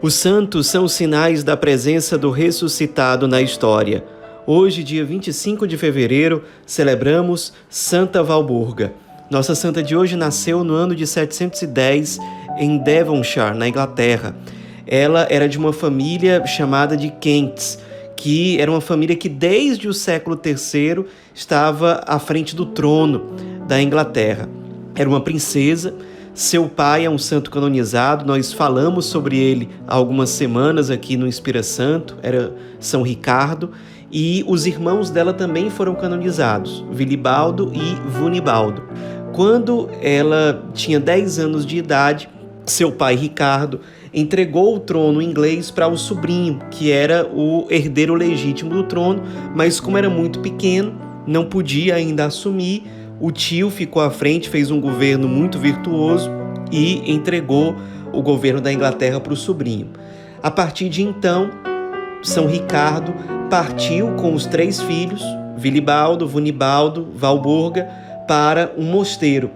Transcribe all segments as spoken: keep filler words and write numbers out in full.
Os santos são sinais da presença do ressuscitado na história. Hoje, dia vinte e cinco de fevereiro, celebramos Santa Walburga. Nossa santa de hoje nasceu no ano de setecentos e dez em Devonshire, na Inglaterra. Ela era de uma família chamada de Kents, que era uma família que desde o século terceiro estava à frente do trono da Inglaterra. Era uma princesa. Seu pai é um santo canonizado, nós falamos sobre ele há algumas semanas aqui no Inspira Santo, era São Ricardo, e os irmãos dela também foram canonizados, Vilibaldo e Vunibaldo. Quando ela tinha dez anos de idade, seu pai Ricardo entregou o trono inglês para o sobrinho, que era o herdeiro legítimo do trono, mas como era muito pequeno, não podia ainda assumir. O tio ficou à frente, fez um governo muito virtuoso e entregou o governo da Inglaterra para o sobrinho. A partir de então, São Ricardo partiu com os três filhos, Vilibaldo, Vunibaldo, Walburga, para um mosteiro.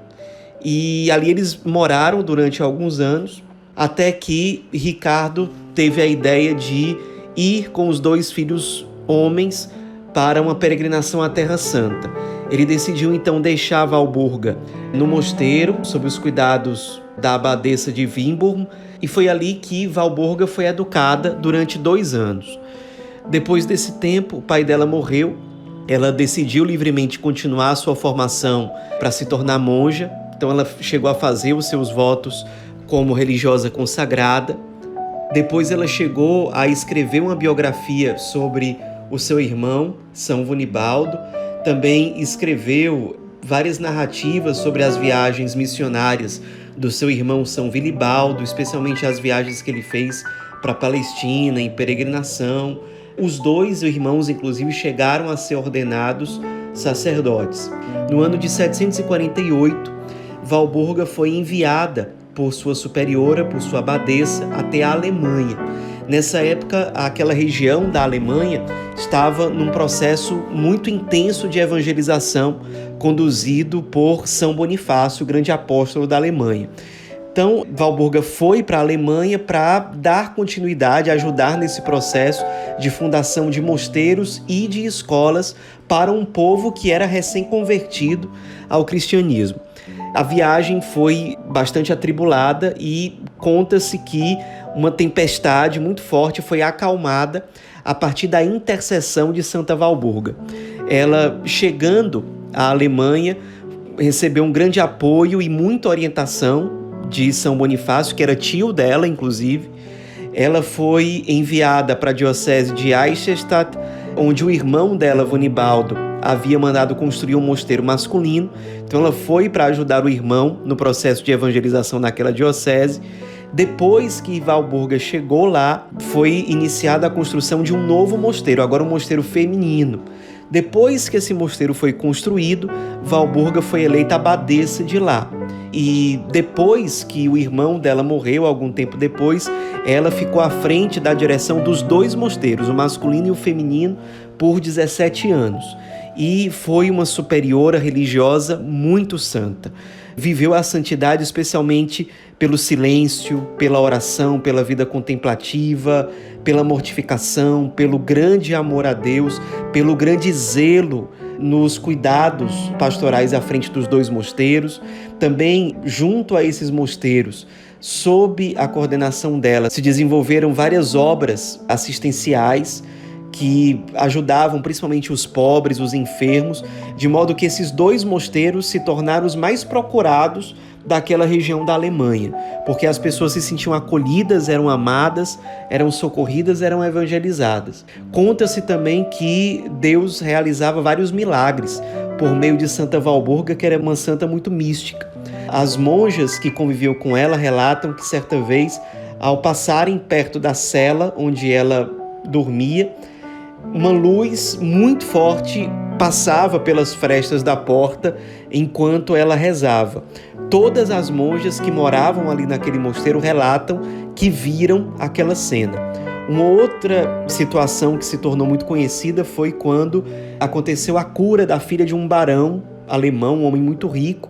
E ali eles moraram durante alguns anos, até que Ricardo teve a ideia de ir com os dois filhos homens para uma peregrinação à Terra Santa. Ele decidiu então deixar Walburga no mosteiro, sob os cuidados da abadesa de Wimborne, e foi ali que Walburga foi educada durante dois anos. Depois desse tempo, o pai dela morreu. Ela decidiu livremente continuar a sua formação para se tornar monja, então ela chegou a fazer os seus votos como religiosa consagrada. Depois ela chegou a escrever uma biografia sobre o seu irmão, São Vunibaldo. Também escreveu várias narrativas sobre as viagens missionárias do seu irmão São Vilibaldo, especialmente as viagens que ele fez para a Palestina em peregrinação. Os dois irmãos, inclusive, chegaram a ser ordenados sacerdotes. No ano de setecentos e quarenta e oito, Walburga foi enviada por sua superiora, por sua abadesa, até a Alemanha. Nessa época, aquela região da Alemanha estava num processo muito intenso de evangelização, conduzido por São Bonifácio, o grande apóstolo da Alemanha. Então, Walburga foi para a Alemanha para dar continuidade, ajudar nesse processo de fundação de mosteiros e de escolas para um povo que era recém-convertido ao cristianismo. A viagem foi bastante atribulada e conta-se que uma tempestade muito forte foi acalmada a partir da intercessão de Santa Walburga. Ela, chegando à Alemanha, recebeu um grande apoio e muita orientação de São Bonifácio, que era tio dela, inclusive. Ela foi enviada para a diocese de Eichstätt, onde o irmão dela, Vunibaldo, havia mandado construir um mosteiro masculino. Então ela foi para ajudar o irmão no processo de evangelização naquela diocese. Depois que Walburga chegou lá, foi iniciada a construção de um novo mosteiro, agora um mosteiro feminino. Depois que esse mosteiro foi construído, Walburga foi eleita abadesa de lá. E depois que o irmão dela morreu, algum tempo depois, ela ficou à frente da direção dos dois mosteiros, o masculino e o feminino, por dezessete anos. E foi uma superiora religiosa muito santa. Viveu a santidade especialmente pelo silêncio, pela oração, pela vida contemplativa, pela mortificação, pelo grande amor a Deus, pelo grande zelo nos cuidados pastorais à frente dos dois mosteiros. Também, junto a esses mosteiros, sob a coordenação dela, se desenvolveram várias obras assistenciais que ajudavam principalmente os pobres, os enfermos, de modo que esses dois mosteiros se tornaram os mais procurados daquela região da Alemanha, porque as pessoas se sentiam acolhidas, eram amadas, eram socorridas, eram evangelizadas. Conta-se também que Deus realizava vários milagres por meio de Santa Walburga, que era uma santa muito mística. As monjas que conviviam com ela relatam que certa vez, ao passarem perto da cela onde ela dormia, uma luz muito forte passava pelas frestas da porta enquanto ela rezava. Todas as monjas que moravam ali naquele mosteiro relatam que viram aquela cena. Uma outra situação que se tornou muito conhecida foi quando aconteceu a cura da filha de um barão alemão, um homem muito rico.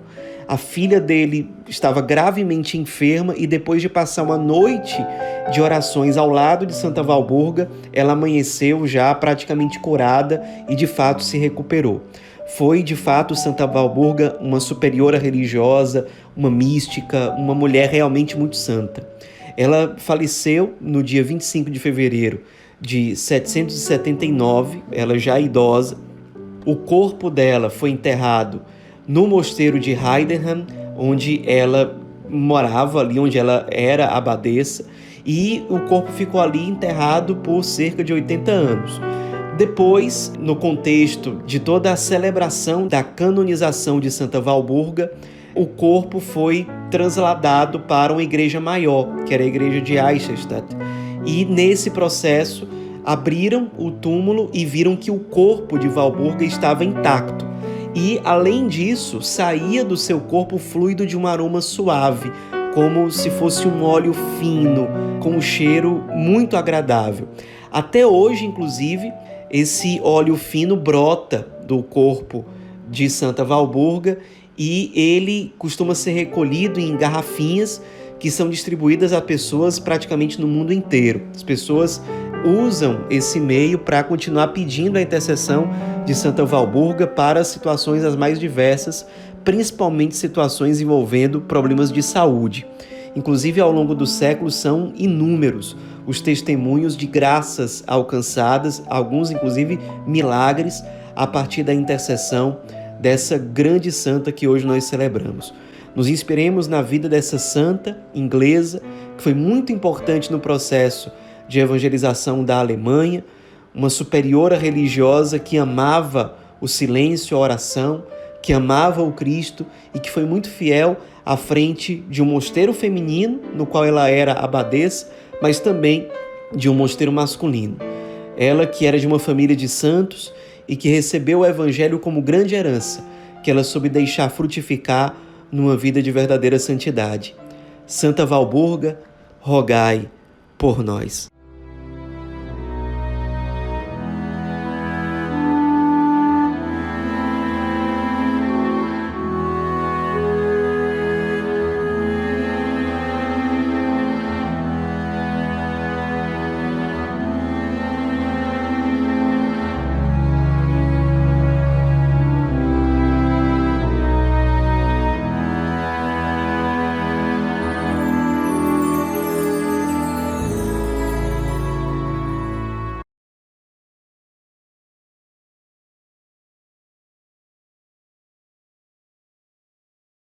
A filha dele estava gravemente enferma e depois de passar uma noite de orações ao lado de Santa Walburga, ela amanheceu já praticamente curada e de fato se recuperou. Foi de fato Santa Walburga uma superiora religiosa, uma mística, uma mulher realmente muito santa. Ela faleceu no dia vinte e cinco de fevereiro de setecentos e setenta e nove, ela já idosa. O corpo dela foi enterrado no mosteiro de Heidenheim, onde ela morava, ali onde ela era abadesa, e o corpo ficou ali enterrado por cerca de oitenta anos. Depois, no contexto de toda a celebração da canonização de Santa Walburga, o corpo foi trasladado para uma igreja maior, que era a igreja de Eichstätt. E nesse processo, abriram o túmulo e viram que o corpo de Walburga estava intacto. E, além disso, saía do seu corpo fluido de um aroma suave, como se fosse um óleo fino, com um cheiro muito agradável. Até hoje, inclusive, esse óleo fino brota do corpo de Santa Walburga e ele costuma ser recolhido em garrafinhas que são distribuídas a pessoas praticamente no mundo inteiro. As pessoas usam esse meio para continuar pedindo a intercessão de Santa Walburga para situações as mais diversas, principalmente situações envolvendo problemas de saúde. Inclusive, ao longo dos séculos, são inúmeros os testemunhos de graças alcançadas, alguns, inclusive, milagres, a partir da intercessão dessa grande santa que hoje nós celebramos. Nos inspiremos na vida dessa santa inglesa, que foi muito importante no processo de evangelização da Alemanha, uma superiora religiosa que amava o silêncio, a oração, que amava o Cristo e que foi muito fiel à frente de um mosteiro feminino, no qual ela era abadesa, mas também de um mosteiro masculino. Ela que era de uma família de santos e que recebeu o evangelho como grande herança, que ela soube deixar frutificar numa vida de verdadeira santidade. Santa Walburga, rogai por nós.